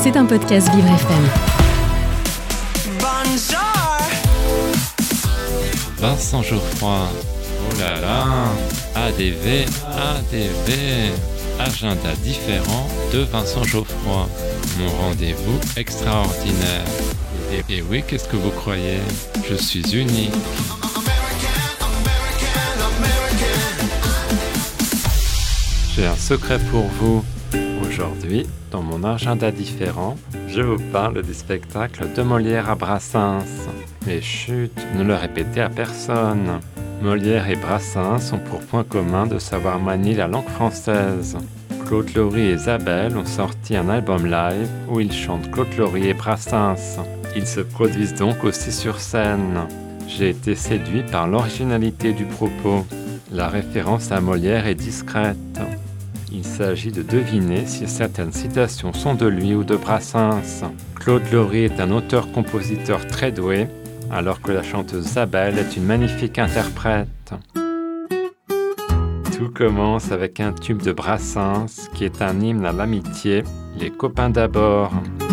C'est un podcast Vivre FM. Vincent Geoffroy, oh là là, ADV, agenda différent de Vincent Geoffroy, mon rendez-vous extraordinaire. Et oui, qu'est-ce que vous croyez ? Je suis unique. J'ai un secret pour vous. Aujourd'hui, dans mon agenda différent, je vous parle du spectacle de Molière à Brassens. Mais chut, ne le répétez à personne. Molière et Brassens ont pour point commun de savoir manier la langue française. Claude Laury et Isabelle ont sorti un album live où ils chantent Claude Laury et Brassens. Ils se produisent donc aussi sur scène. J'ai été séduit par l'originalité du propos. La référence à Molière est discrète. Il s'agit de deviner si certaines citations sont de lui ou de Brassens. Claude Laury est un auteur-compositeur très doué, alors que la chanteuse Isabelle est une magnifique interprète. Tout commence avec un tube de Brassens qui est un hymne à l'amitié, Les copains d'abord.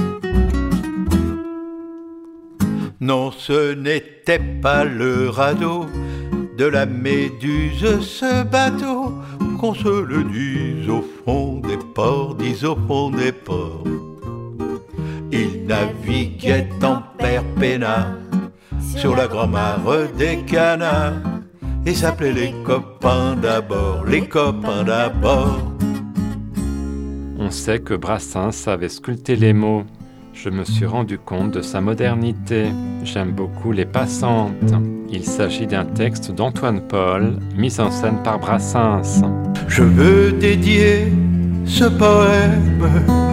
Non, ce n'était pas le radeau de la Méduse, ce bateau, qu'on se le dise au fond des ports, dis au fond des ports. Il naviguait en Perpénat, sur la grand-mare des canards, et s'appelait les copains d'abord, les copains d'abord. On sait que Brassens savait sculpter les mots. Je me suis rendu compte de sa modernité. J'aime beaucoup Les Passantes. Il s'agit d'un texte d'Antoine Paul, mis en scène par Brassens. Je veux dédier ce poème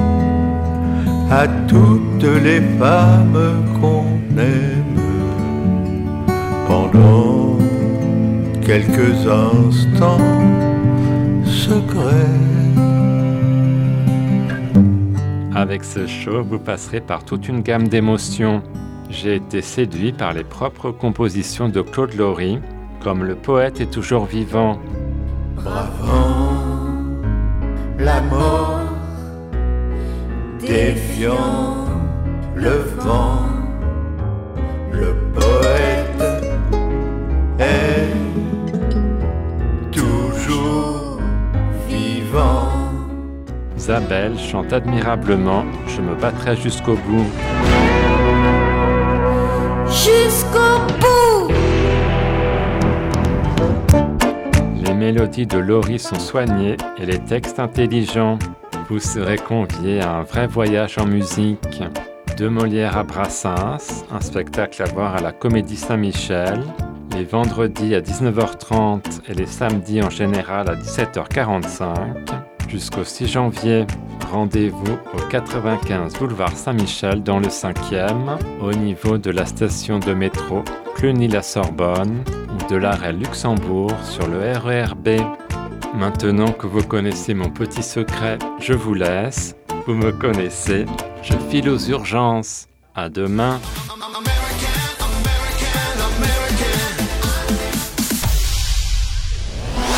à toutes les femmes qu'on aime pendant quelques instants secrets. Avec ce show, vous passerez par toute une gamme d'émotions. J'ai été séduit par les propres compositions de Claude Laury, comme Le poète est toujours vivant. Bravant la mort, défiant le vent, le poète est toujours vivant. Isabelle chante admirablement « Je me battrai jusqu'au bout ». Jusqu'au bout. Les mélodies de Laury sont soignées et les textes intelligents. Vous serez conviés à un vrai voyage en musique. De Molière à Brassens, un spectacle à voir à la Comédie Saint-Michel, les vendredis à 19h30 et les samedis en général à 17h45. Jusqu'au 6 janvier, rendez-vous au 95 boulevard Saint-Michel dans le 5e, au niveau de la station de métro Cluny-la-Sorbonne ou de l'arrêt Luxembourg sur le RER B. Maintenant que vous connaissez mon petit secret, je vous laisse. Vous me connaissez, je file aux urgences. À demain.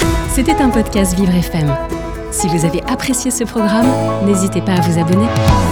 C'était un podcast Vivre FM. Si vous avez apprécié ce programme, n'hésitez pas à vous abonner.